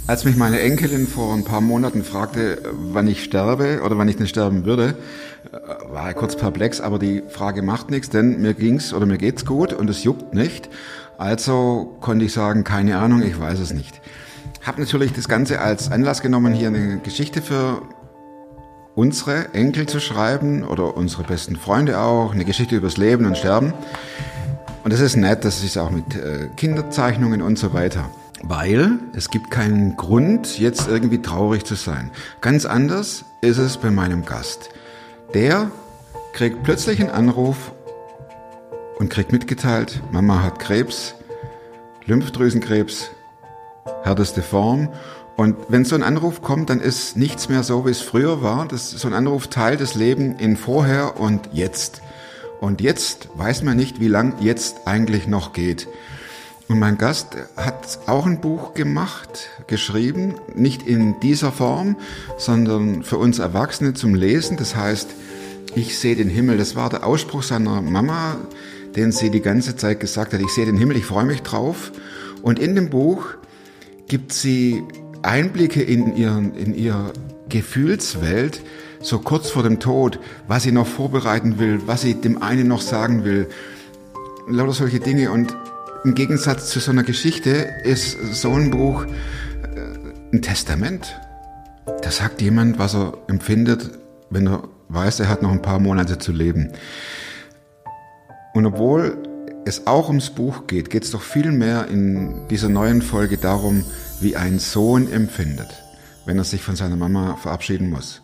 Als mich meine Enkelin vor ein paar Monaten fragte, wann ich sterbe oder wann ich denn sterben würde, war ich kurz perplex, aber die Frage macht nichts, denn mir geht's gut und es juckt nicht. Also konnte ich sagen, keine Ahnung, ich weiß es nicht. Hab natürlich das Ganze als Anlass genommen, hier eine Geschichte für unsere Enkel zu schreiben oder unsere besten Freunde auch, eine Geschichte übers Leben und Sterben. Und das ist nett, das ist auch mit Kinderzeichnungen und so weiter. Weil es gibt keinen Grund, jetzt irgendwie traurig zu sein. Ganz anders ist es bei meinem Gast. Der kriegt plötzlich einen Anruf und kriegt mitgeteilt, Mama hat Krebs, Lymphdrüsenkrebs, härteste Form. Und wenn so ein Anruf kommt, dann ist nichts mehr so, wie es früher war. So ein Anruf teilt das Leben in vorher und jetzt. Und jetzt weiß man nicht, wie lang jetzt eigentlich noch geht. Und mein Gast hat auch ein Buch geschrieben, nicht in dieser Form, sondern für uns Erwachsene zum Lesen. Das heißt, ich sehe den Himmel. Das war der Ausspruch seiner Mama, den sie die ganze Zeit gesagt hat. Ich sehe den Himmel, ich freue mich drauf. Und in dem Buch gibt sie Einblicke in ihre Gefühlswelt, so kurz vor dem Tod, was sie noch vorbereiten will, was sie dem einen noch sagen will. Lauter solche Dinge. Und im Gegensatz zu so einer Geschichte ist so ein Buch ein Testament. Da sagt jemand, was er empfindet, wenn er weiß, er hat noch ein paar Monate zu leben. Und obwohl es auch ums Buch geht, geht es doch viel mehr in dieser neuen Folge darum, wie ein Sohn empfindet, wenn er sich von seiner Mama verabschieden muss.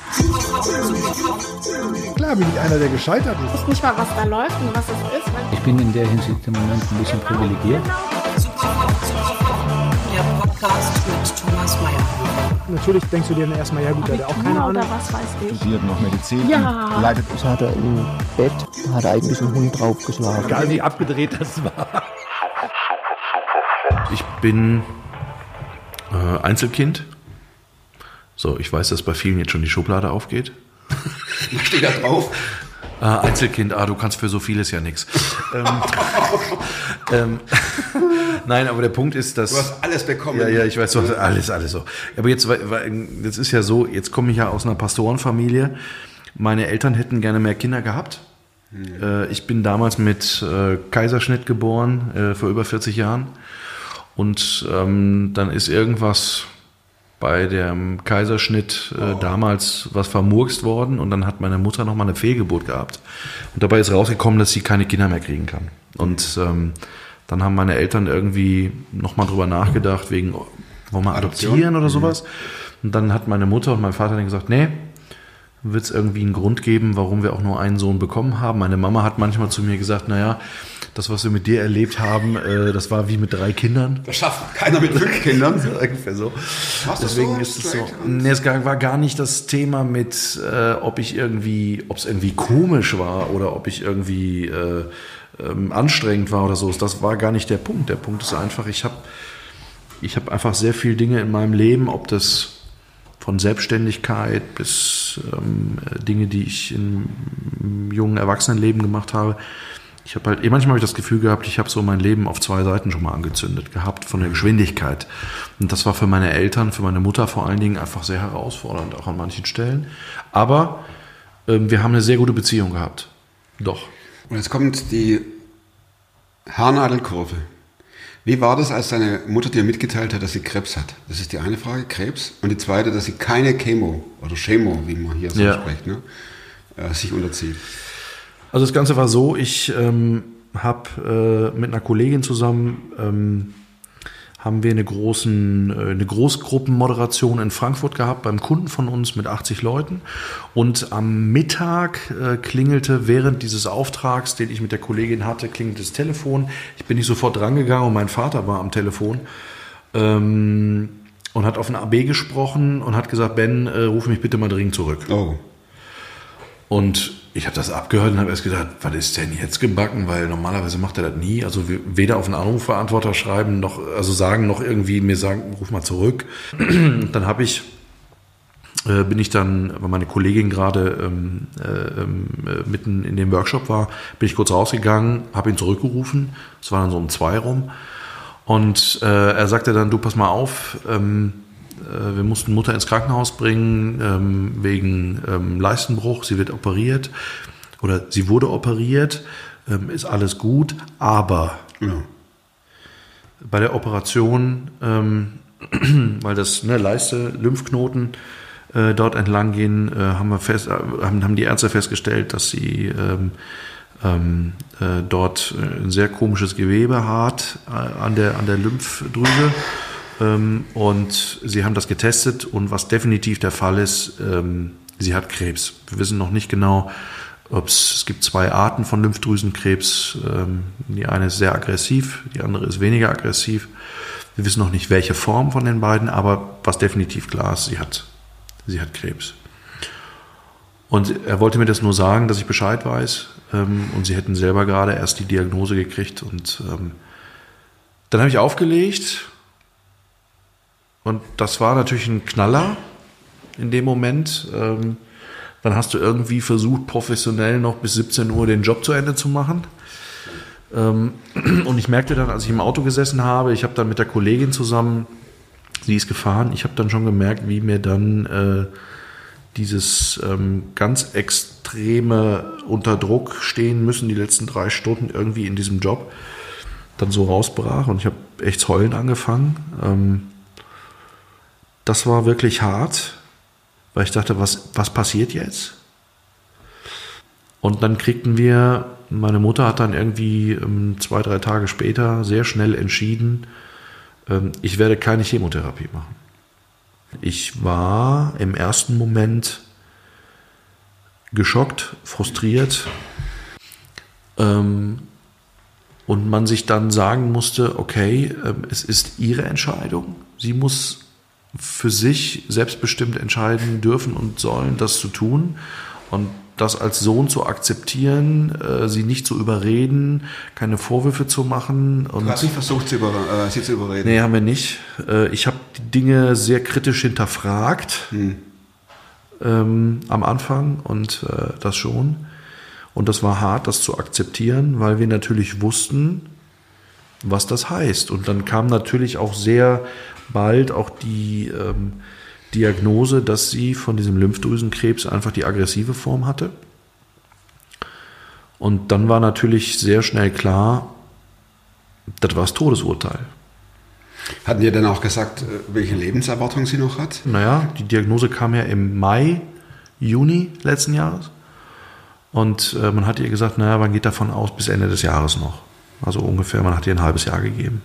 Klar bin ich einer, der gescheitert ist. Ich weiß nicht mal, was da läuft und was es ist. Ich bin in der Hinsicht im Moment ein bisschen privilegiert. Der Podcast mit Thomas Mayer. Natürlich denkst du dir dann erstmal, ja gut, der hat auch keine Ahnung. Oder was weiß ich. Studiert noch Medizin. Ja. Leidet. Das hat er im Bett, hat eigentlich einen Hund draufgeschlagen. Egal wie abgedreht das war. Ich bin Einzelkind. So, ich weiß, dass bei vielen jetzt schon die Schublade aufgeht. Was steht da drauf? Einzelkind, du kannst für so vieles ja nichts. Nein, aber der Punkt ist, dass... Du hast alles bekommen. Ja, ich weiß, du hast alles so. Aber jetzt ist ja so, jetzt komme ich ja aus einer Pastorenfamilie. Meine Eltern hätten gerne mehr Kinder gehabt. Ich bin damals mit Kaiserschnitt geboren, vor über 40 Jahren. Und dann ist irgendwas bei dem Kaiserschnitt damals was vermurkst worden und dann hat meine Mutter nochmal eine Fehlgeburt gehabt. Und dabei ist rausgekommen, dass sie keine Kinder mehr kriegen kann. Und dann haben meine Eltern irgendwie nochmal drüber nachgedacht, wegen, wollen wir adoptieren oder sowas. Und dann hat meine Mutter und mein Vater dann gesagt, nee, wird es irgendwie einen Grund geben, warum wir auch nur einen Sohn bekommen haben. Meine Mama hat manchmal zu mir gesagt, naja, das, was wir mit dir erlebt haben, das war wie mit 3 Kindern. Das schafft keiner mit 5 Kindern. Ungefähr so. Deswegen so ist es so. Nee, es war gar nicht das Thema mit, ob es irgendwie komisch war oder ob ich irgendwie anstrengend war oder so. Das war gar nicht der Punkt. Der Punkt ist einfach, ich hab einfach sehr viele Dinge in meinem Leben, ob das von Selbstständigkeit bis Dinge, die ich im jungen Erwachsenenleben gemacht habe. Manchmal habe ich das Gefühl gehabt, ich habe so mein Leben auf 2 Seiten schon mal angezündet gehabt von der Geschwindigkeit. Und das war für meine Eltern, für meine Mutter vor allen Dingen einfach sehr herausfordernd, auch an manchen Stellen. Aber wir haben eine sehr gute Beziehung gehabt. Doch. Und jetzt kommt die Haarnadelkurve. Wie war das, als deine Mutter dir mitgeteilt hat, dass sie Krebs hat? Das ist die eine Frage, Krebs. Und die zweite, dass sie keine Chemo oder Chemo, wie man hier so spricht, sich unterzieht. Also das Ganze war so, ich habe mit einer Kollegin zusammen haben wir eine Großgruppenmoderation in Frankfurt gehabt beim Kunden von uns mit 80 Leuten. Und am Mittag klingelte während dieses Auftrags, den ich mit der Kollegin hatte, klingelte das Telefon. Ich bin nicht sofort drangegangen und mein Vater war am Telefon und hat auf den AB gesprochen und hat gesagt, Ben, ruf mich bitte mal dringend zurück. Oh. Und ich habe das abgehört und habe erst gedacht, was ist denn jetzt gebacken? Weil normalerweise macht er das nie. Also weder auf einen Anrufbeantworter schreiben, noch sagen, noch irgendwie mir sagen, ruf mal zurück. Dann bin ich dann, weil meine Kollegin gerade mitten in dem Workshop war, bin ich kurz rausgegangen, habe ihn zurückgerufen. Es war dann so um 2 rum. Und er sagte dann, du pass mal auf, wir mussten Mutter ins Krankenhaus bringen wegen Leistenbruch. Sie wird operiert oder sie wurde operiert, ist alles gut, aber bei der Operation, weil das Leiste, Lymphknoten dort entlang gehen, haben die Ärzte festgestellt, dass sie dort ein sehr komisches Gewebe hat an der Lymphdrüse. Und sie haben das getestet und was definitiv der Fall ist, sie hat Krebs. Wir wissen noch nicht genau, es gibt 2 Arten von Lymphdrüsenkrebs. Die eine ist sehr aggressiv, die andere ist weniger aggressiv. Wir wissen noch nicht, welche Form von den beiden, aber was definitiv klar ist, sie hat Krebs. Und er wollte mir das nur sagen, dass ich Bescheid weiß. Und sie hätten selber gerade erst die Diagnose gekriegt. Und dann habe ich aufgelegt. Und das war natürlich ein Knaller in dem Moment. Dann hast du irgendwie versucht, professionell noch bis 17 Uhr den Job zu Ende zu machen. Und ich merkte dann, als ich im Auto gesessen habe, ich habe dann mit der Kollegin zusammen, sie ist gefahren, ich habe dann schon gemerkt, wie mir dann dieses ganz extreme unter Druck stehen müssen, die letzten 3 Stunden irgendwie in diesem Job, dann so rausbrach. Und ich habe echt zu heulen angefangen. Das war wirklich hart, weil ich dachte, was passiert jetzt? Und dann meine Mutter hat dann irgendwie 2-3 Tage später sehr schnell entschieden, ich werde keine Chemotherapie machen. Ich war im ersten Moment geschockt, frustriert und man sich dann sagen musste, okay, es ist ihre Entscheidung. Sie muss für sich selbstbestimmt entscheiden dürfen und sollen, das zu tun und das als Sohn zu akzeptieren, sie nicht zu überreden, keine Vorwürfe zu machen. Und du hast nicht versucht, sie zu überreden? Nee, haben wir nicht. Ich habe die Dinge sehr kritisch hinterfragt am Anfang und das schon. Und das war hart, das zu akzeptieren, weil wir natürlich wussten, was das heißt. Und dann kam natürlich auch sehr bald auch die Diagnose, dass sie von diesem Lymphdrüsenkrebs einfach die aggressive Form hatte. Und dann war natürlich sehr schnell klar, das war das Todesurteil. Hatten die dann auch gesagt, welche Lebenserwartung sie noch hat? Naja, die Diagnose kam ja im Mai, Juni letzten Jahres. Und man hat ihr gesagt, naja, man geht davon aus bis Ende des Jahres noch. Also ungefähr, man hat ihr ein halbes Jahr gegeben.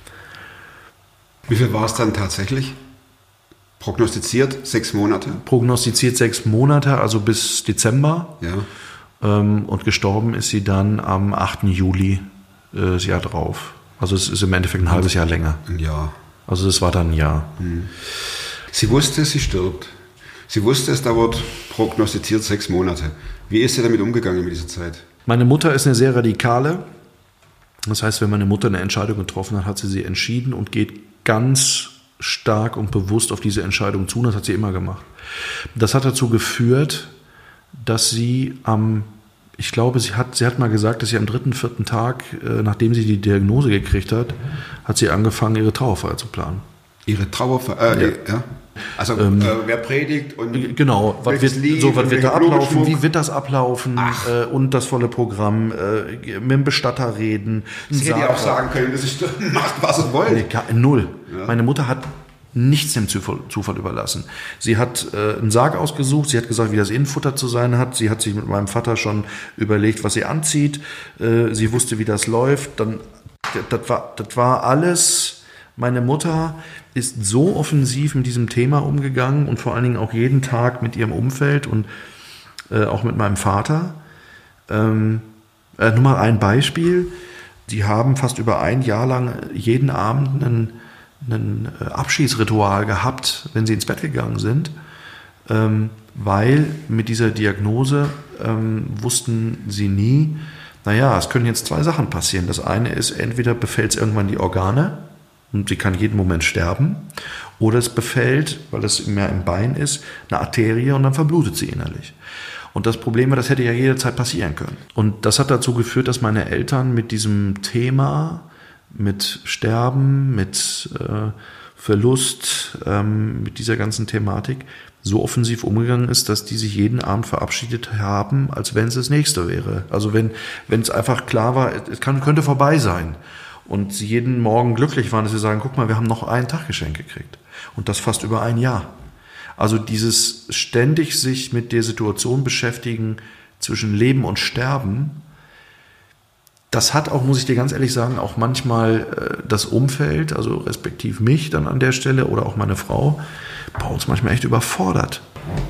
Wie viel war es dann tatsächlich? Prognostiziert 6 Monate? Prognostiziert 6 Monate, also bis Dezember. Ja. Und gestorben ist sie dann am 8. Juli das Jahr drauf. Also es ist im Endeffekt ein halbes Jahr länger. Ein Jahr. Also das war dann ein Jahr. Sie wusste, sie stirbt. Sie wusste, es dauert prognostiziert 6 Monate. Wie ist sie damit umgegangen mit dieser Zeit? Meine Mutter ist eine sehr radikale. Das heißt, wenn meine Mutter eine Entscheidung getroffen hat, hat sie entschieden und geht ganz stark und bewusst auf diese Entscheidung zu. Das hat sie immer gemacht. Das hat dazu geführt, dass sie ich glaube, sie hat mal gesagt, dass sie am 3., 4. Tag, nachdem sie die Diagnose gekriegt hat, hat sie angefangen, ihre Trauerfeier zu planen. Ihre Trauerfeier? Ja. Also wer predigt und genau, was wird da ablaufen, wie wird das ablaufen und das volle Programm, mit dem Bestatter reden. Sie hätte ja auch sagen können, dass ich macht, was ihr wollt. Nee, null. Ja. Meine Mutter hat nichts dem Zufall überlassen. Sie hat einen Sarg ausgesucht, sie hat gesagt, wie das Innenfutter zu sein hat. Sie hat sich mit meinem Vater schon überlegt, was sie anzieht. Sie wusste, wie das läuft. Das war alles. Meine Mutter ist so offensiv mit diesem Thema umgegangen und vor allen Dingen auch jeden Tag mit ihrem Umfeld und auch mit meinem Vater. Nur mal ein Beispiel. Die haben fast über ein Jahr lang jeden Abend ein Abschiedsritual gehabt, wenn sie ins Bett gegangen sind, weil mit dieser Diagnose wussten sie nie, naja, es können jetzt 2 Sachen passieren. Das eine ist, entweder befällt es irgendwann die Organe und sie kann jeden Moment sterben, oder es befällt, weil es mehr im Bein ist, eine Arterie und dann verblutet sie innerlich. Und das Problem war, das hätte ja jederzeit passieren können. Und das hat dazu geführt, dass meine Eltern mit diesem Thema mit Sterben, mit Verlust, mit dieser ganzen Thematik so offensiv umgegangen ist, dass die sich jeden Abend verabschiedet haben, als wenn es das nächste wäre. Also wenn es einfach klar war, es könnte vorbei sein. Und sie jeden Morgen glücklich waren, dass sie sagen, guck mal, wir haben noch einen Tag Geschenk gekriegt. Und das fast über ein Jahr. Also dieses ständig sich mit der Situation beschäftigen zwischen Leben und Sterben, das hat auch, muss ich dir ganz ehrlich sagen, auch manchmal das Umfeld, also respektiv mich dann an der Stelle oder auch meine Frau, bei uns manchmal echt überfordert.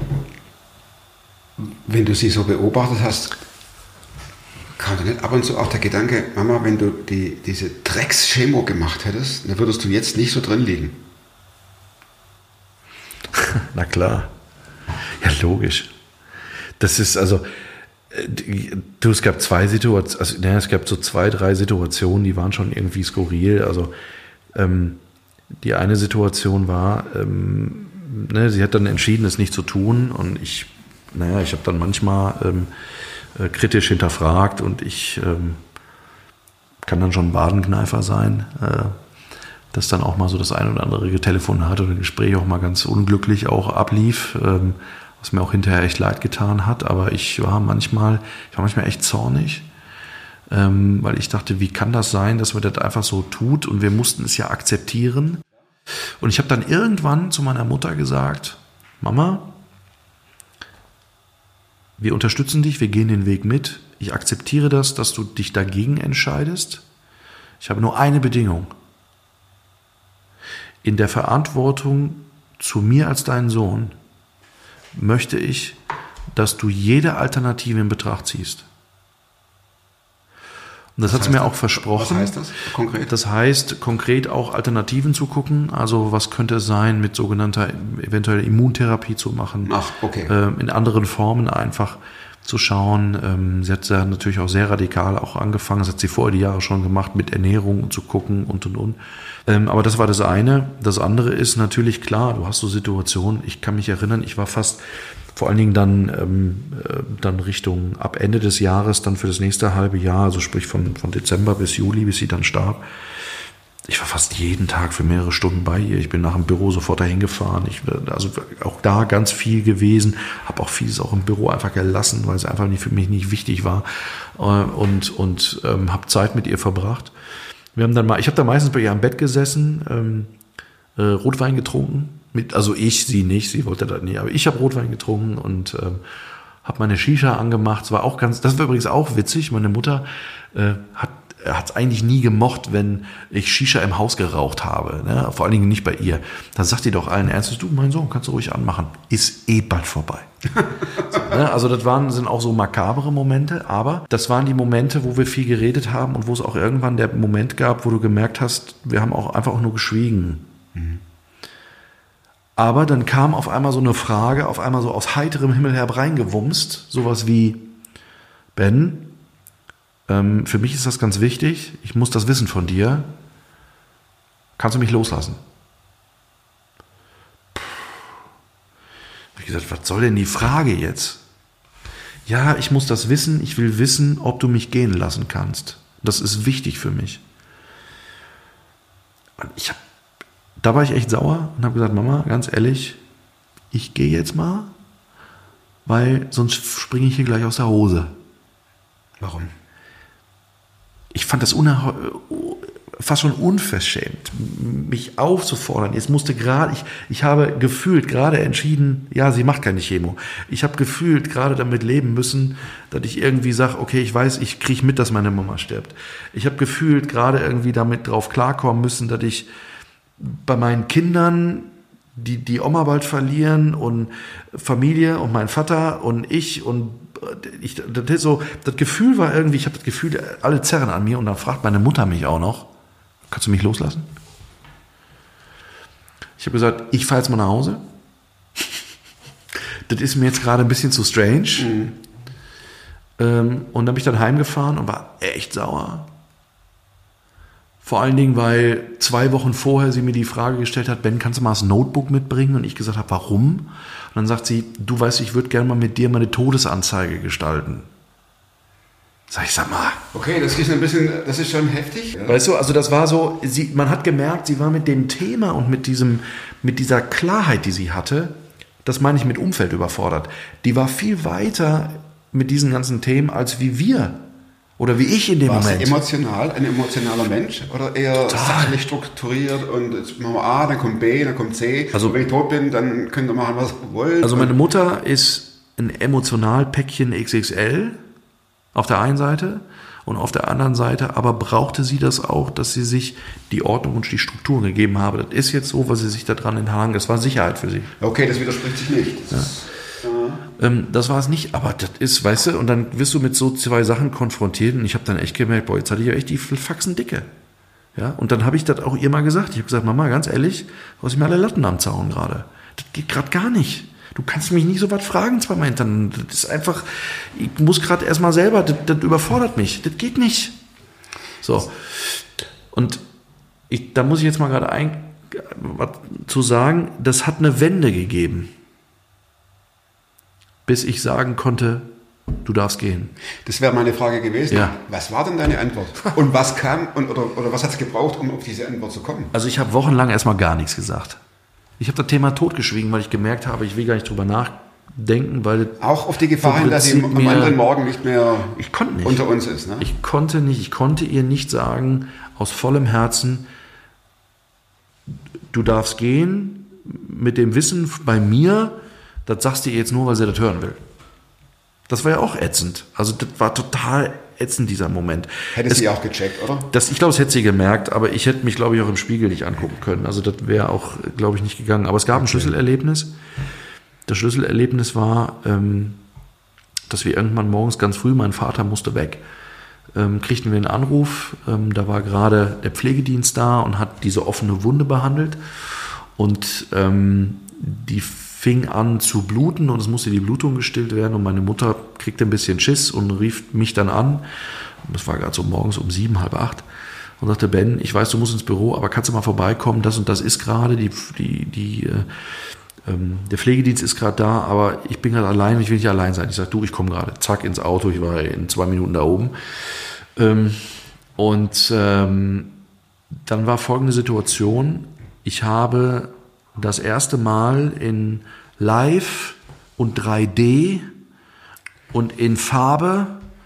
Wenn du sie so beobachtet hast, kam da nicht ab und zu auch der Gedanke, Mama, wenn du diese Drecks-Chemo gemacht hättest, dann würdest du jetzt nicht so drin liegen. Na klar. Ja, logisch. Das ist also, es gab zwei Situationen, also es gab so 2, 3 Situationen, die waren schon irgendwie skurril. Also die eine Situation war, sie hat dann entschieden, es nicht zu tun, und ich habe dann manchmal kritisch hinterfragt, und ich kann dann schon ein Wadenkneifer sein, dass dann auch mal so das ein oder andere Telefonat oder Gespräch auch mal ganz unglücklich auch ablief, was mir auch hinterher echt leid getan hat, aber ich war manchmal echt zornig, weil ich dachte, wie kann das sein, dass man das einfach so tut, und wir mussten es ja akzeptieren. Und ich habe dann irgendwann zu meiner Mutter gesagt, Mama, wir unterstützen dich, wir gehen den Weg mit, ich akzeptiere das, dass du dich dagegen entscheidest. Ich habe nur eine Bedingung. In der Verantwortung zu mir als dein Sohn möchte ich, dass du jede Alternative in Betracht ziehst. Und das hat sie mir auch versprochen. Was heißt das konkret? Das heißt, konkret auch Alternativen zu gucken. Also was könnte es sein, mit sogenannter eventuell Immuntherapie zu machen. Ach, okay. In anderen Formen einfach zu schauen. Sie hat ja natürlich auch sehr radikal auch angefangen. Das hat sie vorher die Jahre schon gemacht, mit Ernährung und zu gucken und. Aber das war das eine. Das andere ist natürlich klar, du hast so Situationen, ich kann mich erinnern, ich war fast vor allen Dingen dann Richtung ab Ende des Jahres, dann für das nächste halbe Jahr, also sprich von Dezember bis Juli, bis sie dann starb. Ich war fast jeden Tag für mehrere Stunden bei ihr. Ich bin nach dem Büro sofort dahin gefahren. Also auch da ganz viel gewesen, habe auch vieles auch im Büro einfach gelassen, weil es einfach für mich nicht wichtig war, und habe Zeit mit ihr verbracht. Ich habe da meistens bei ihr am Bett gesessen, Rotwein getrunken. Sie nicht, sie wollte das nie, aber ich habe Rotwein getrunken und habe meine Shisha angemacht. Das war übrigens auch witzig. Meine Mutter hat es eigentlich nie gemocht, wenn ich Shisha im Haus geraucht habe, ne? Vor allen Dingen nicht bei ihr. Dann sagt die doch allen Ernstes, du, mein Sohn, kannst du ruhig anmachen. Ist bald vorbei. So, ne? Also das sind auch so makabere Momente, aber das waren die Momente, wo wir viel geredet haben und wo es auch irgendwann der Moment gab, wo du gemerkt hast, wir haben auch einfach nur geschwiegen. Mhm. Aber dann kam auf einmal so eine Frage, auf einmal so aus heiterem Himmel hereingewumst, sowas wie, Ben, für mich ist das ganz wichtig, ich muss das wissen von dir, kannst du mich loslassen? Ich habe gesagt, was soll denn die Frage jetzt? Ja, ich muss das wissen, ich will wissen, ob du mich gehen lassen kannst. Das ist wichtig für mich. Und da war ich echt sauer und habe gesagt, Mama, ganz ehrlich, ich gehe jetzt mal, weil sonst springe ich hier gleich aus der Hose. Warum? Ich fand das fast schon unverschämt, mich aufzufordern. Jetzt musste ich habe gefühlt gerade entschieden, ja, sie macht keine Chemo. Ich habe gefühlt gerade damit leben müssen, dass ich irgendwie sage, okay, ich weiß, ich kriege mit, dass meine Mama stirbt. Ich habe gefühlt gerade irgendwie damit drauf klarkommen müssen, dass ich bei meinen Kindern die Oma bald verlieren und Familie und mein Vater und ich und das Gefühl war irgendwie, ich habe das Gefühl, alle zerren an mir, und dann fragt meine Mutter mich auch noch, kannst du mich loslassen? Ich habe gesagt, ich fahre jetzt mal nach Hause. Das ist mir jetzt gerade ein bisschen zu strange. Und dann bin ich dann heimgefahren und war echt sauer. Vor allen Dingen, weil 2 Wochen vorher sie mir die Frage gestellt hat, Ben, kannst du mal das Notebook mitbringen? Und ich gesagt habe, warum? Und dann sagt sie, du weißt, ich würde gerne mal mit dir meine Todesanzeige gestalten. Sag mal. Okay, das ist schon heftig. Ja. Weißt du, also das war so, man hat gemerkt, sie war mit dem Thema und mit dieser Klarheit, die sie hatte, das meine ich mit Umfeld überfordert. Die war viel weiter mit diesen ganzen Themen als wie wir oder wie ich in dem War Moment. Sie ein emotionaler Mensch oder eher sachlich strukturiert und jetzt machen wir A, dann kommt B, dann kommt C. Also, und wenn ich tot bin, dann könnt ihr machen, was ihr wollt. Also meine Mutter ist ein Emotionalpäckchen XXL auf der einen Seite und auf der anderen Seite, aber brauchte sie das auch, dass sie sich die Ordnung und die Strukturen gegeben habe. Das ist jetzt so, weil sie sich daran enthangen. Das war Sicherheit für sie. Okay, das widerspricht sich nicht. Das war es nicht, aber das ist, weißt du, und dann wirst du mit so 2 Sachen konfrontiert und ich habe dann echt gemerkt, boah, jetzt hatte ich ja echt die Faxen dicke. Ja, und dann habe ich das auch ihr mal gesagt. Ich habe gesagt, Mama, ganz ehrlich, du hast mir alle Latten am Zaun gerade. Das geht gerade gar nicht. Du kannst mich nicht so was fragen zweimal hintereinander. Das ist einfach, ich muss gerade erstmal selber, das überfordert mich. Das geht nicht. So. Und da muss ich jetzt mal gerade was zu sagen, das hat eine Wende gegeben. Bis ich sagen konnte, du darfst gehen. Das wäre meine Frage gewesen. Ja. Was war denn deine Antwort? Und was kam oder was hat es gebraucht, um auf diese Antwort zu kommen? Also ich habe wochenlang erstmal gar nichts gesagt. Ich habe das Thema totgeschwiegen, weil ich gemerkt habe, ich will gar nicht drüber nachdenken, weil auch auf die Gefahr hin, dass sie am anderen Morgen nicht mehr unter uns ist. Ne? Ich konnte ihr nicht sagen, aus vollem Herzen, du darfst gehen, mit dem Wissen bei mir, das sagst du ihr jetzt nur, weil sie das hören will. Das war ja auch ätzend. Also das war total ätzend, dieser Moment. Hätte sie auch gecheckt, oder? Ich glaube, das hätte sie gemerkt, aber ich hätte mich, glaube ich, auch im Spiegel nicht angucken können. Also das wäre auch, glaube ich, nicht gegangen. Aber es gab ein Schlüsselerlebnis. Das Schlüsselerlebnis war, dass wir irgendwann morgens ganz früh, mein Vater musste weg, kriegten wir einen Anruf. Da war gerade der Pflegedienst da und hat diese offene Wunde behandelt. Und die fing an zu bluten und es musste die Blutung gestillt werden und meine Mutter kriegte ein bisschen Schiss und rief mich dann an. Das war gerade so morgens um 7, halb 8 und sagte, Ben, ich weiß, du musst ins Büro, aber kannst du mal vorbeikommen, das und das ist gerade, der Pflegedienst ist gerade da, aber ich bin gerade allein und ich will nicht allein sein. Ich sage, du, ich komme gerade, zack, ins Auto, ich war in 2 Minuten da oben. Dann war folgende Situation, ich habe das erste Mal in Live und 3D und in Farbe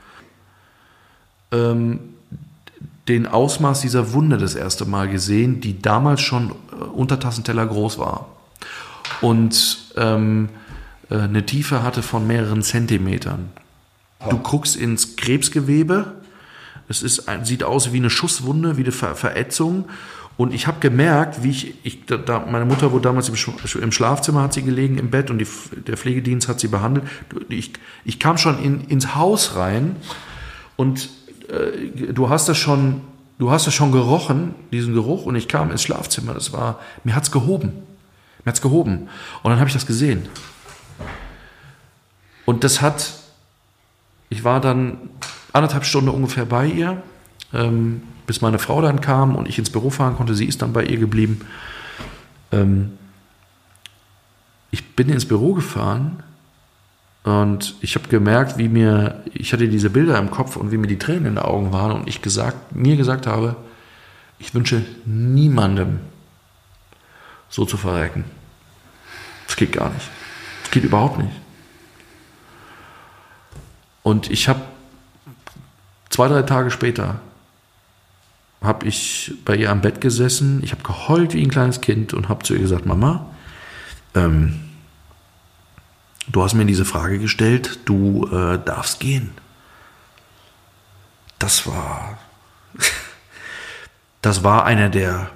den Ausmaß dieser Wunde das erste Mal gesehen, die damals schon Untertassenteller groß war und eine Tiefe hatte von mehreren Zentimetern. Du guckst ins Krebsgewebe, sieht aus wie eine Schusswunde, wie eine Verätzung. Und ich habe gemerkt, wie meine Mutter wurde damals im Schlafzimmer, hat sie gelegen im Bett und der Pflegedienst hat sie behandelt. Ich kam schon ins Haus rein und du hast das schon gerochen, diesen Geruch, und ich kam ins Schlafzimmer. Mir hat's gehoben. Und dann habe ich das gesehen. Und ich war dann 1,5 Stunden ungefähr bei ihr, bis meine Frau dann kam und ich ins Büro fahren konnte. Sie ist dann bei ihr geblieben. Ich bin ins Büro gefahren und ich habe gemerkt, ich hatte diese Bilder im Kopf und wie mir die Tränen in den Augen waren und ich mir gesagt habe, ich wünsche niemandem so zu verrecken. Das geht gar nicht. Das geht überhaupt nicht. Und ich habe 2-3 Tage später habe ich bei ihr am Bett gesessen, ich habe geheult wie ein kleines Kind und habe zu ihr gesagt, Mama, du hast mir diese Frage gestellt, du darfst gehen. Das war einer der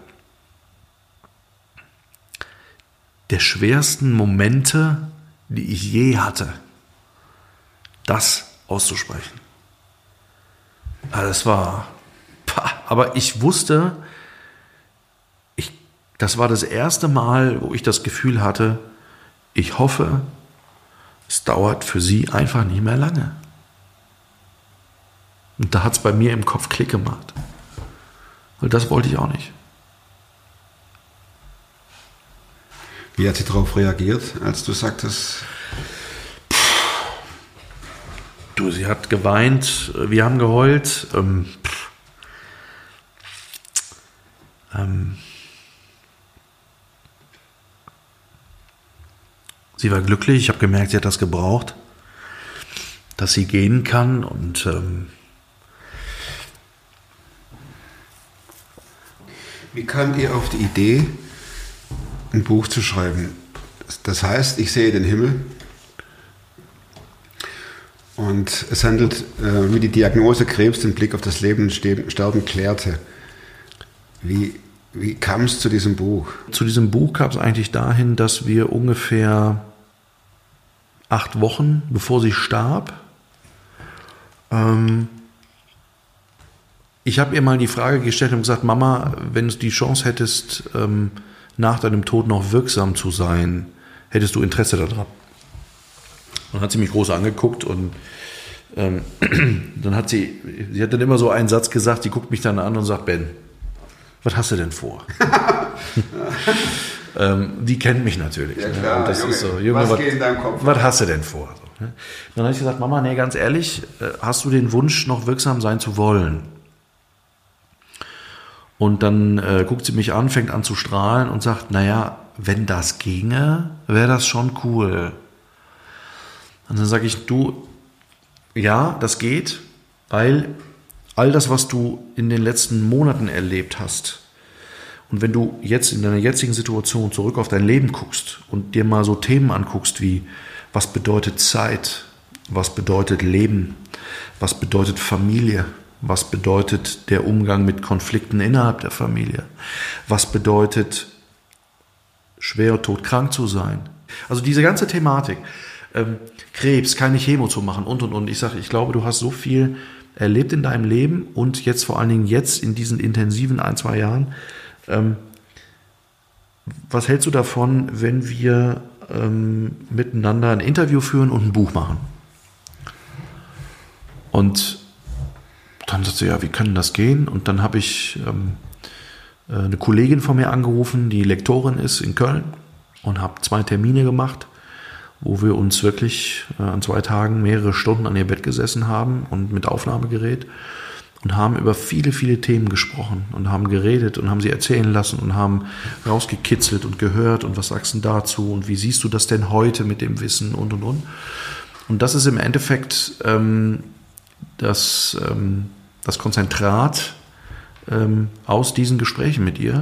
schwersten Momente, die ich je hatte, das auszusprechen. Das war... Aber ich wusste, das war das erste Mal, wo ich das Gefühl hatte, ich hoffe, es dauert für sie einfach nicht mehr lange. Und da hat es bei mir im Kopf Klick gemacht. Weil das wollte ich auch nicht. Wie hat sie darauf reagiert, als du sagtest? Du, Du, sie hat geweint, wir haben geheult. Sie war glücklich, ich habe gemerkt, sie hat das gebraucht, dass sie gehen kann und Wie kamt ihr auf die Idee, ein Buch zu schreiben? Das heißt, ich sehe den Himmel und es handelt, wie die Diagnose Krebs den Blick auf das Leben und Sterben klärte. Wie kam es zu diesem Buch? Zu diesem Buch kam es eigentlich dahin, dass wir ungefähr 8 Wochen, bevor sie starb, ich habe ihr mal die Frage gestellt und gesagt, Mama, wenn du die Chance hättest, nach deinem Tod noch wirksam zu sein, hättest du Interesse daran? Und hat sie mich groß angeguckt und dann hat sie hat dann immer so einen Satz gesagt, sie guckt mich dann an und sagt, Ben, was hast du denn vor? Die kennt mich natürlich. Ja klar, und das Junge, ist so, Junge, was geht in deinem Kopf? Was hast du denn vor? So, ne? Dann habe ich gesagt, Mama, nee, ganz ehrlich, hast du den Wunsch, noch wirksam sein zu wollen? Und dann guckt sie mich an, fängt an zu strahlen und sagt, naja, wenn das ginge, wäre das schon cool. Und dann sage ich, du, ja, das geht, weil all das, was du in den letzten Monaten erlebt hast, und wenn du jetzt in deiner jetzigen Situation zurück auf dein Leben guckst und dir mal so Themen anguckst wie, was bedeutet Zeit, was bedeutet Leben, was bedeutet Familie, was bedeutet der Umgang mit Konflikten innerhalb der Familie, was bedeutet schwer todkrank zu sein. Also diese ganze Thematik, Krebs, keine Chemo zu machen und. Ich sage, ich glaube, du hast so viel erlebt in deinem Leben und jetzt vor allen Dingen jetzt in diesen intensiven 1-2 Jahren. Was hältst du davon, wenn wir miteinander ein Interview führen und ein Buch machen? Und dann sagt sie, ja, wie kann das gehen? Und dann habe ich eine Kollegin von mir angerufen, die Lektorin ist in Köln und habe 2 Termine gemacht, wo wir uns wirklich an 2 Tagen mehrere Stunden an ihr Bett gesessen haben und mit Aufnahmegerät und haben über viele, viele Themen gesprochen und haben geredet und haben sie erzählen lassen und haben rausgekitzelt und gehört und was sagst du dazu und wie siehst du das denn heute mit dem Wissen und. Und das ist im Endeffekt das Konzentrat aus diesen Gesprächen mit ihr,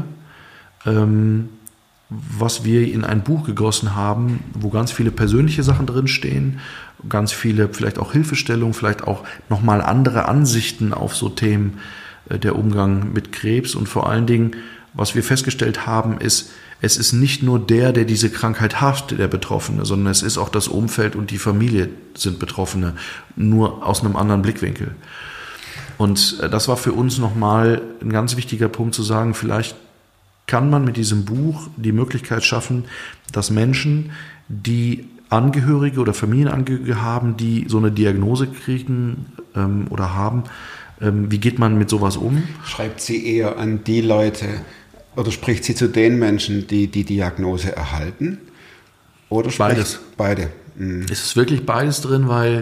was wir in ein Buch gegossen haben, wo ganz viele persönliche Sachen drinstehen, ganz viele vielleicht auch Hilfestellungen, vielleicht auch nochmal andere Ansichten auf so Themen, der Umgang mit Krebs und vor allen Dingen, was wir festgestellt haben, ist, es ist nicht nur der diese Krankheit hat, der Betroffene, sondern es ist auch das Umfeld und die Familie sind Betroffene, nur aus einem anderen Blickwinkel. Und das war für uns nochmal ein ganz wichtiger Punkt zu sagen, vielleicht kann man mit diesem Buch die Möglichkeit schaffen, dass Menschen, die Angehörige oder Familienangehörige haben, die so eine Diagnose kriegen oder haben, wie geht man mit sowas um? Schreibt sie eher an die Leute oder spricht sie zu den Menschen, die die Diagnose erhalten? Oder beides. Beide. Es ist wirklich beides drin, weil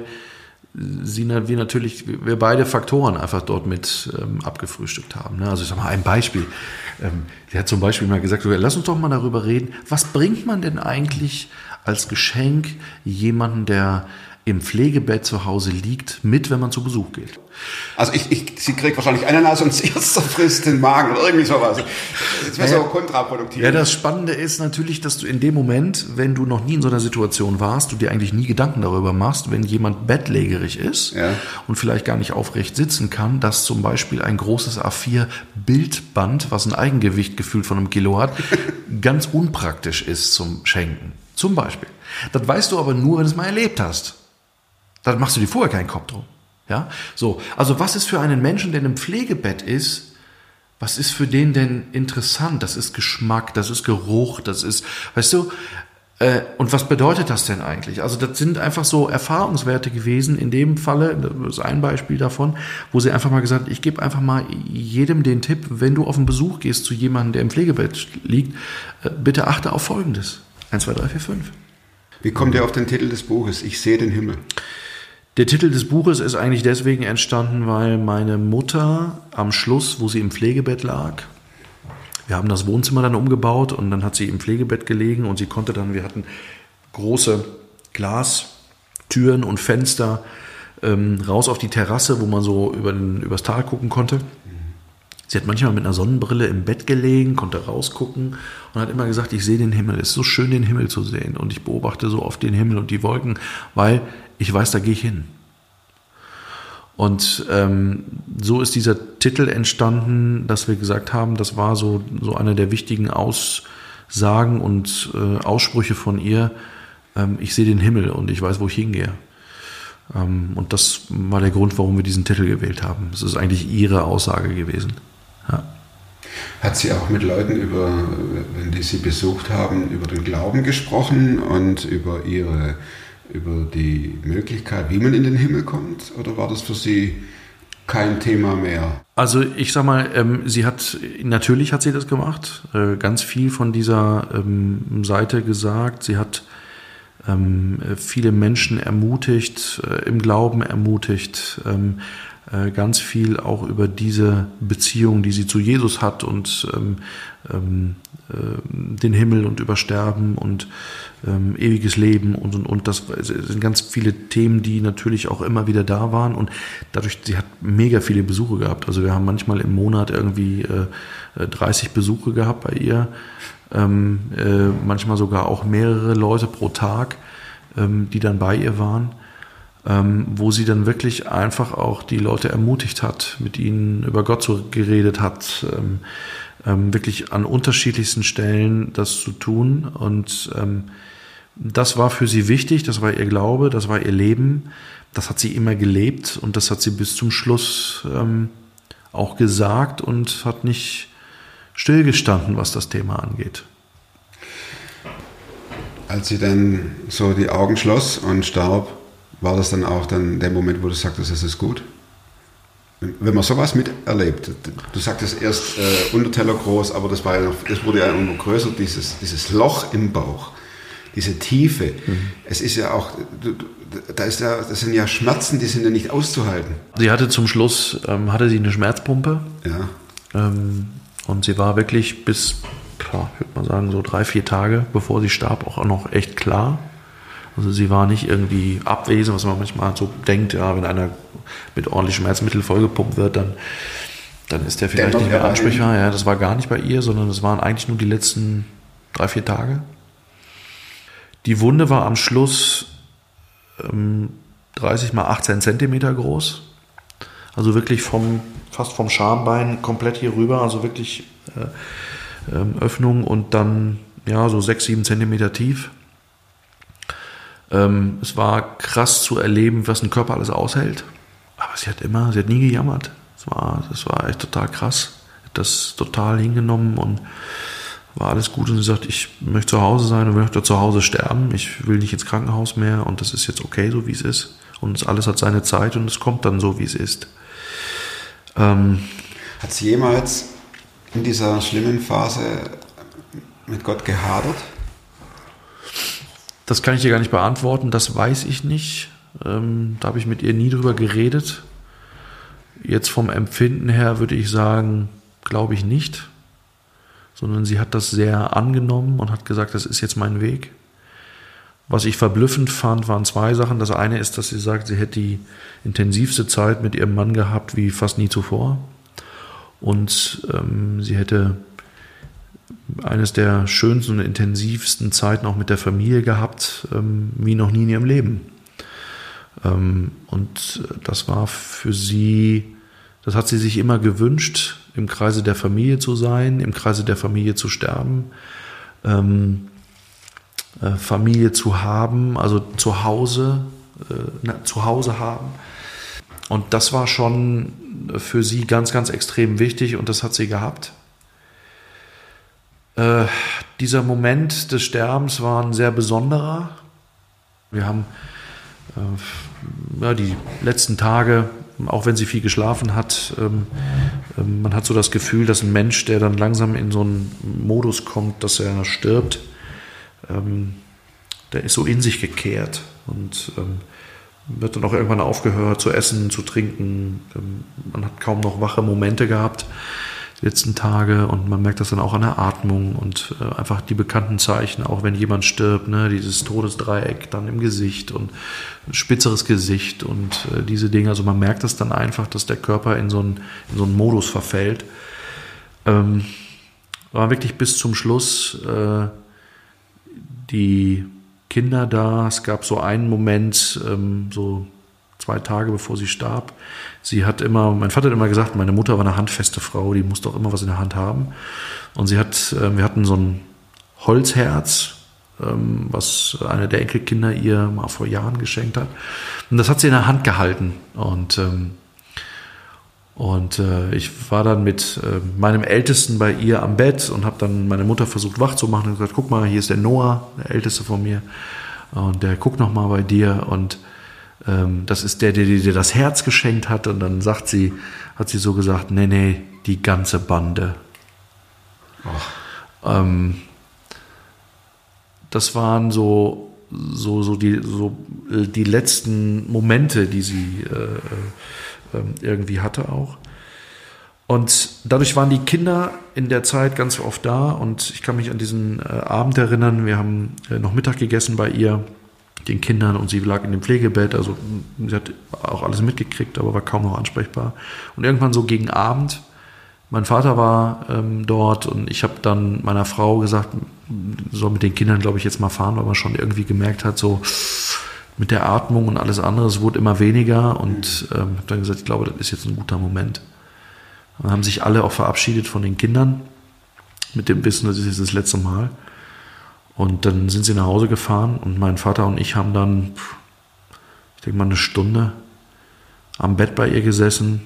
wir beide Faktoren einfach dort mit abgefrühstückt haben. Ne? Also ich sage mal ein Beispiel. Sie hat zum Beispiel mal gesagt, lass uns doch mal darüber reden, was bringt man denn eigentlich als Geschenk jemanden, der im Pflegebett zu Hause liegt, mit, wenn man zu Besuch geht? Also sie kriegt wahrscheinlich Ananas und sie zerfrisst den Magen oder irgendwie sowas. Das wäre so kontraproduktiv. Ja, das Spannende ist natürlich, dass du in dem Moment, wenn du noch nie in so einer Situation warst, du dir eigentlich nie Gedanken darüber machst, wenn jemand bettlägerig ist und vielleicht gar nicht aufrecht sitzen kann, dass zum Beispiel ein großes A4-Bildband, was ein Eigengewicht gefühlt von 1 Kilo hat, ganz unpraktisch ist zum Schenken. Zum Beispiel. Das weißt du aber nur, wenn du es mal erlebt hast. Da machst du dir vorher keinen Kopf drum. Ja? So. Also was ist für einen Menschen, der in einem Pflegebett ist, was ist für den denn interessant? Das ist Geschmack, das ist Geruch, das ist, weißt du, und was bedeutet das denn eigentlich? Also das sind einfach so Erfahrungswerte gewesen, in dem Falle, das ist ein Beispiel davon, wo sie einfach mal gesagt hat, ich gebe einfach mal jedem den Tipp, wenn du auf einen Besuch gehst zu jemandem, der im Pflegebett liegt, bitte achte auf Folgendes. 1, 2, 3, 4, 5. Wie kommt ihr auf den Titel des Buches? Ich sehe den Himmel. Der Titel des Buches ist eigentlich deswegen entstanden, weil meine Mutter am Schluss, wo sie im Pflegebett lag, wir haben das Wohnzimmer dann umgebaut und dann hat sie im Pflegebett gelegen und sie konnte dann, wir hatten große Glastüren und Fenster raus auf die Terrasse, wo man so übers Tal gucken konnte. Sie hat manchmal mit einer Sonnenbrille im Bett gelegen, konnte rausgucken und hat immer gesagt, ich sehe den Himmel, es ist so schön, den Himmel zu sehen und ich beobachte so oft den Himmel und die Wolken, weil ich weiß, da gehe ich hin. Und so ist dieser Titel entstanden, dass wir gesagt haben, das war so eine der wichtigen Aussagen und Aussprüche von ihr, ich sehe den Himmel und ich weiß, wo ich hingehe. Und das war der Grund, warum wir diesen Titel gewählt haben. Das ist eigentlich ihre Aussage gewesen. Ja. Hat sie auch mit Leuten wenn die sie besucht haben, über den Glauben gesprochen und über die Möglichkeit, wie man in den Himmel kommt? Oder war das für sie kein Thema mehr? Also ich sag mal, natürlich hat sie das gemacht, ganz viel von dieser Seite gesagt. Sie hat viele Menschen ermutigt, im Glauben ermutigt, ganz viel auch über diese Beziehung, die sie zu Jesus hat und den Himmel und über Sterben und ewiges Leben und das sind ganz viele Themen, die natürlich auch immer wieder da waren und dadurch, sie hat mega viele Besuche gehabt. Also wir haben manchmal im Monat irgendwie 30 Besuche gehabt bei ihr, manchmal sogar auch mehrere Leute pro Tag, die dann bei ihr waren. Wo sie dann wirklich einfach auch die Leute ermutigt hat, mit ihnen über Gott geredet hat, wirklich an unterschiedlichsten Stellen das zu tun. Und das war für sie wichtig, das war ihr Glaube, das war ihr Leben, das hat sie immer gelebt und das hat sie bis zum Schluss auch gesagt und hat nicht stillgestanden, was das Thema angeht. Als sie dann so die Augen schloss und starb, war das dann auch der Moment, wo du sagtest, es ist gut? Wenn man sowas miterlebt, du sagtest erst Unterteller groß, aber das wurde ja immer größer, dieses Loch im Bauch, diese Tiefe. Es ist ja auch, das sind ja Schmerzen, die sind ja nicht auszuhalten. Sie hatte zum Schluss, eine Schmerzpumpe. Ja. Und sie war wirklich bis, ich würde mal sagen, so 3-4 Tage, bevor sie starb, auch noch echt klar. Also sie war nicht irgendwie abwesend, was man manchmal so denkt, ja, wenn einer mit ordentlich Schmerzmittel vollgepumpt wird, dann ist der vielleicht nicht mehr ansprechbar. Ja, das war gar nicht bei ihr, sondern das waren eigentlich nur die letzten 3-4 Tage. Die Wunde war am Schluss 30 mal 18 Zentimeter groß. Also wirklich fast vom Schambein komplett hier rüber, also wirklich Öffnung und dann ja so 6-7 Zentimeter tief. Es war krass zu erleben, was ein Körper alles aushält. Aber sie hat nie gejammert. Das war echt total krass. Hat das total hingenommen und war alles gut. Und sie sagt, ich möchte zu Hause sein und möchte zu Hause sterben. Ich will nicht ins Krankenhaus mehr und das ist jetzt okay, so wie es ist. Und alles hat seine Zeit und es kommt dann so, wie es ist. Hat sie jemals in dieser schlimmen Phase mit Gott gehadert? Das kann ich dir gar nicht beantworten, das weiß ich nicht. Da habe ich mit ihr nie drüber geredet. Jetzt vom Empfinden her würde ich sagen, glaube ich nicht. Sondern sie hat das sehr angenommen und hat gesagt, das ist jetzt mein Weg. Was ich verblüffend fand, waren 2 Sachen. Das eine ist, dass sie sagt, sie hätte die intensivste Zeit mit ihrem Mann gehabt wie fast nie zuvor. Und sie hätte eines der schönsten und intensivsten Zeiten auch mit der Familie gehabt, wie noch nie in ihrem Leben. Und das war für sie, das hat sie sich immer gewünscht, im Kreise der Familie zu sein, im Kreise der Familie zu sterben, Familie zu haben, also zu Hause haben. Und das war schon für sie ganz, ganz extrem wichtig und das hat sie gehabt. Dieser Moment des Sterbens war ein sehr besonderer. Wir haben die letzten Tage, auch wenn sie viel geschlafen hat, man hat so das Gefühl, dass ein Mensch, der dann langsam in so einen Modus kommt, dass er stirbt, der ist so in sich gekehrt und wird dann auch irgendwann aufgehört zu essen, zu trinken. Man hat kaum noch wache Momente gehabt die letzten Tage und man merkt das dann auch an der Atmung und einfach die bekannten Zeichen, auch wenn jemand stirbt, ne, dieses Todesdreieck dann im Gesicht und ein spitzeres Gesicht und diese Dinge. Also man merkt das dann einfach, dass der Körper in so einen Modus verfällt. War wirklich bis zum Schluss die Kinder da. Es gab so einen Moment, so 2 Tage bevor sie starb. Mein Vater hat immer gesagt, meine Mutter war eine handfeste Frau, die musste auch immer was in der Hand haben. Und wir hatten so ein Holzherz, was eine der Enkelkinder ihr mal vor Jahren geschenkt hat. Und das hat sie in der Hand gehalten. Und ich war dann mit meinem Ältesten bei ihr am Bett und habe dann meine Mutter versucht wach zu machen und gesagt, guck mal, hier ist der Noah, der Älteste von mir, und der guckt noch mal bei dir und das ist der dir das Herz geschenkt hat. Und dann hat sie so gesagt, nee, die ganze Bande. Das waren so die letzten Momente, die sie irgendwie hatte auch. Und dadurch waren die Kinder in der Zeit ganz oft da und ich kann mich an diesen Abend erinnern, wir haben noch Mittag gegessen bei ihr, den Kindern, und sie lag in dem Pflegebett, also sie hat auch alles mitgekriegt, aber war kaum noch ansprechbar. Und irgendwann so gegen Abend, mein Vater war dort und ich habe dann meiner Frau gesagt, soll mit den Kindern, glaube ich, jetzt mal fahren, weil man schon irgendwie gemerkt hat, so mit der Atmung und alles andere, es wurde immer weniger und habe dann gesagt, ich glaube, das ist jetzt ein guter Moment. Dann haben sich alle auch verabschiedet von den Kindern mit dem Wissen, das ist jetzt das letzte Mal. Und dann sind sie nach Hause gefahren und mein Vater und ich haben dann, ich denke mal, 1 Stunde am Bett bei ihr gesessen.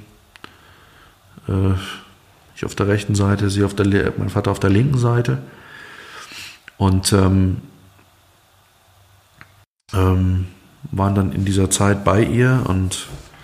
Ich auf der rechten Seite, mein Vater auf der linken Seite. Und waren dann in dieser Zeit bei ihr und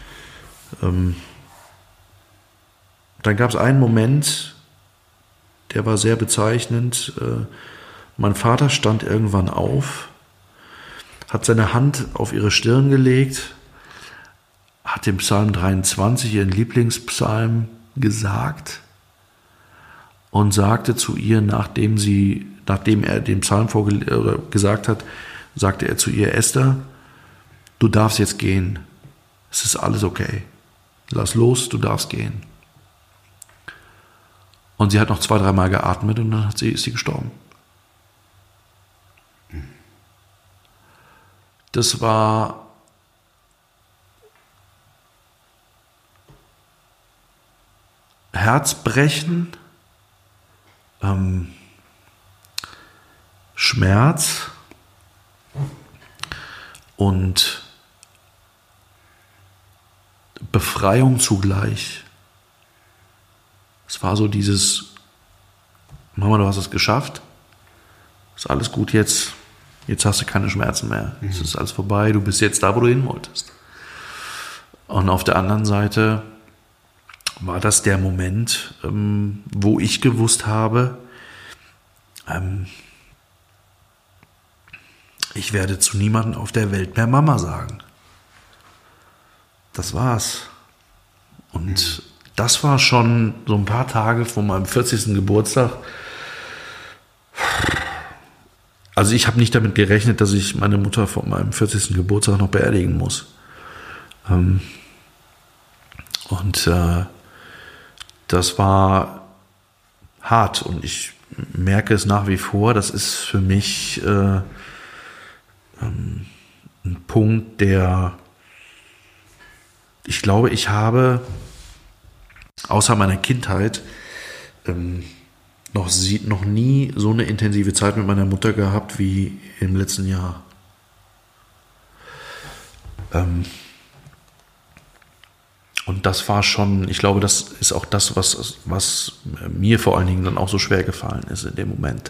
dann gab es einen Moment, der war sehr bezeichnend. Mein Vater stand irgendwann auf, hat seine Hand auf ihre Stirn gelegt, hat den Psalm 23, ihren Lieblingspsalm, gesagt und sagte zu ihr, nachdem er den Psalm gesagt hat, sagte er zu ihr, Esther, du darfst jetzt gehen. Es ist alles okay. Lass los, du darfst gehen. Und sie hat noch 2-3 Mal geatmet und dann ist sie gestorben. Das war Herzbrechen, Schmerz und Befreiung zugleich. Es war so dieses, Mama, du hast es geschafft, ist alles gut jetzt hast du keine Schmerzen mehr, es ist alles vorbei, du bist jetzt da, wo du hin wolltest. Und auf der anderen Seite war das der Moment, wo ich gewusst habe, ich werde zu niemandem auf der Welt mehr Mama sagen. Das war's. Und das war schon so ein paar Tage vor meinem 40. Geburtstag. Also ich habe nicht damit gerechnet, dass ich meine Mutter vor meinem 40. Geburtstag noch beerdigen muss. Und das war hart und ich merke es nach wie vor. Das ist für mich ein Punkt, ich glaube, ich habe außer meiner Kindheit noch nie so eine intensive Zeit mit meiner Mutter gehabt wie im letzten Jahr. Und das war schon, ich glaube, das ist auch das, was mir vor allen Dingen dann auch so schwer gefallen ist in dem Moment.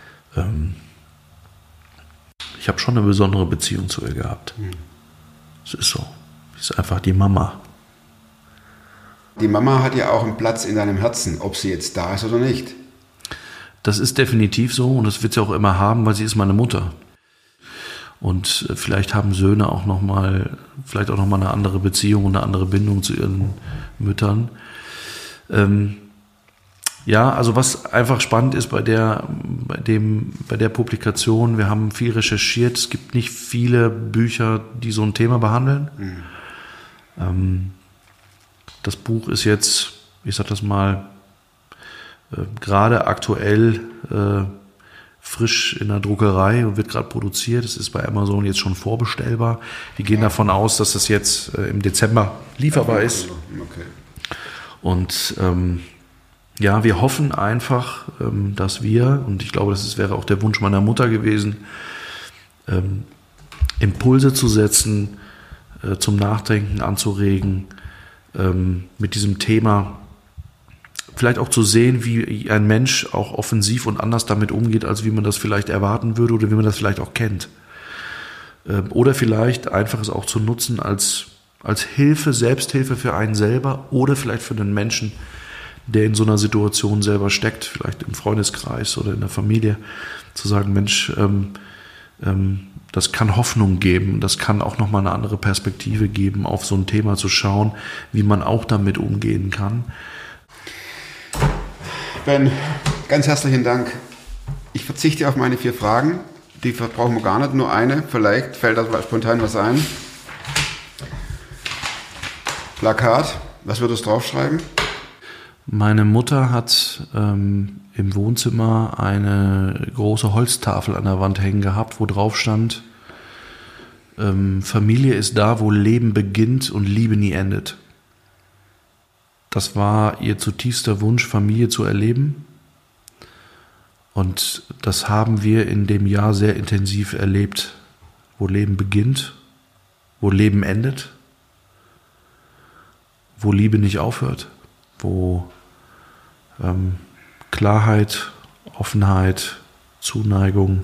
Ich habe schon eine besondere Beziehung zu ihr gehabt. Es ist so. Sie ist einfach die Mama. Die Mama hat ja auch einen Platz in deinem Herzen, ob sie jetzt da ist oder nicht. Das ist definitiv so und das wird sie auch immer haben, weil sie ist meine Mutter. Und vielleicht haben Söhne auch noch mal eine andere Beziehung und eine andere Bindung zu ihren Müttern. Ja, also was einfach spannend ist bei der Publikation, wir haben viel recherchiert, es gibt nicht viele Bücher, die so ein Thema behandeln. Das Buch ist jetzt, ich sag das mal, gerade aktuell frisch in der Druckerei und wird gerade produziert. Es ist bei Amazon jetzt schon vorbestellbar. Die gehen davon aus, dass das jetzt im Dezember lieferbar ist. Okay. Und ja, wir hoffen einfach, dass wir, und ich glaube, das wäre auch der Wunsch meiner Mutter gewesen, Impulse zu setzen, zum Nachdenken anzuregen, mit diesem Thema vielleicht auch zu sehen, wie ein Mensch auch offensiv und anders damit umgeht, als wie man das vielleicht erwarten würde oder wie man das vielleicht auch kennt. Oder vielleicht einfach es auch zu nutzen als Hilfe, Selbsthilfe für einen selber oder vielleicht für den Menschen, der in so einer Situation selber steckt, vielleicht im Freundeskreis oder in der Familie, zu sagen, Mensch, das kann Hoffnung geben, das kann auch nochmal eine andere Perspektive geben, auf so ein Thema zu schauen, wie man auch damit umgehen kann. Ben, ganz herzlichen Dank. Ich verzichte auf meine 4 Fragen. Die brauchen wir gar nicht, nur eine. Vielleicht fällt da spontan was ein. Plakat, was würdest du draufschreiben? Meine Mutter hat im Wohnzimmer eine große Holztafel an der Wand hängen gehabt, wo drauf stand, Familie ist da, wo Leben beginnt und Liebe nie endet. Das war ihr zutiefster Wunsch, Familie zu erleben. Und das haben wir in dem Jahr sehr intensiv erlebt, wo Leben beginnt, wo Leben endet, wo Liebe nicht aufhört, wo Klarheit, Offenheit, Zuneigung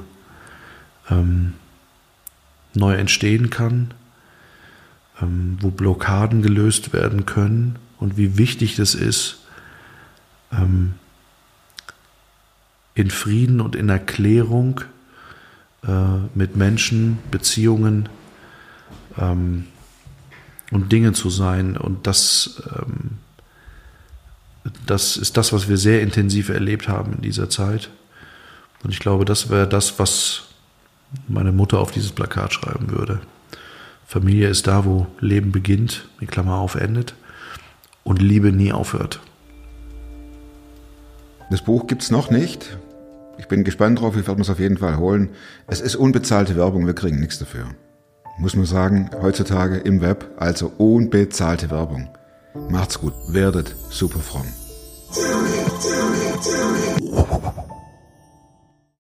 neu entstehen kann, wo Blockaden gelöst werden können und wie wichtig das ist, in Frieden und in Erklärung mit Menschen, Beziehungen und Dinge zu sein. Und das ist das, was wir sehr intensiv erlebt haben in dieser Zeit. Und ich glaube, das wäre das, was meine Mutter auf dieses Plakat schreiben würde. Familie ist da, wo Leben beginnt, in Klammer auf, endet und Liebe nie aufhört. Das Buch gibt's noch nicht. Ich bin gespannt drauf, ich werde es auf jeden Fall holen. Es ist unbezahlte Werbung, wir kriegen nichts dafür. Muss man sagen, heutzutage im Web, also unbezahlte Werbung. Macht's gut, werdet super fromm.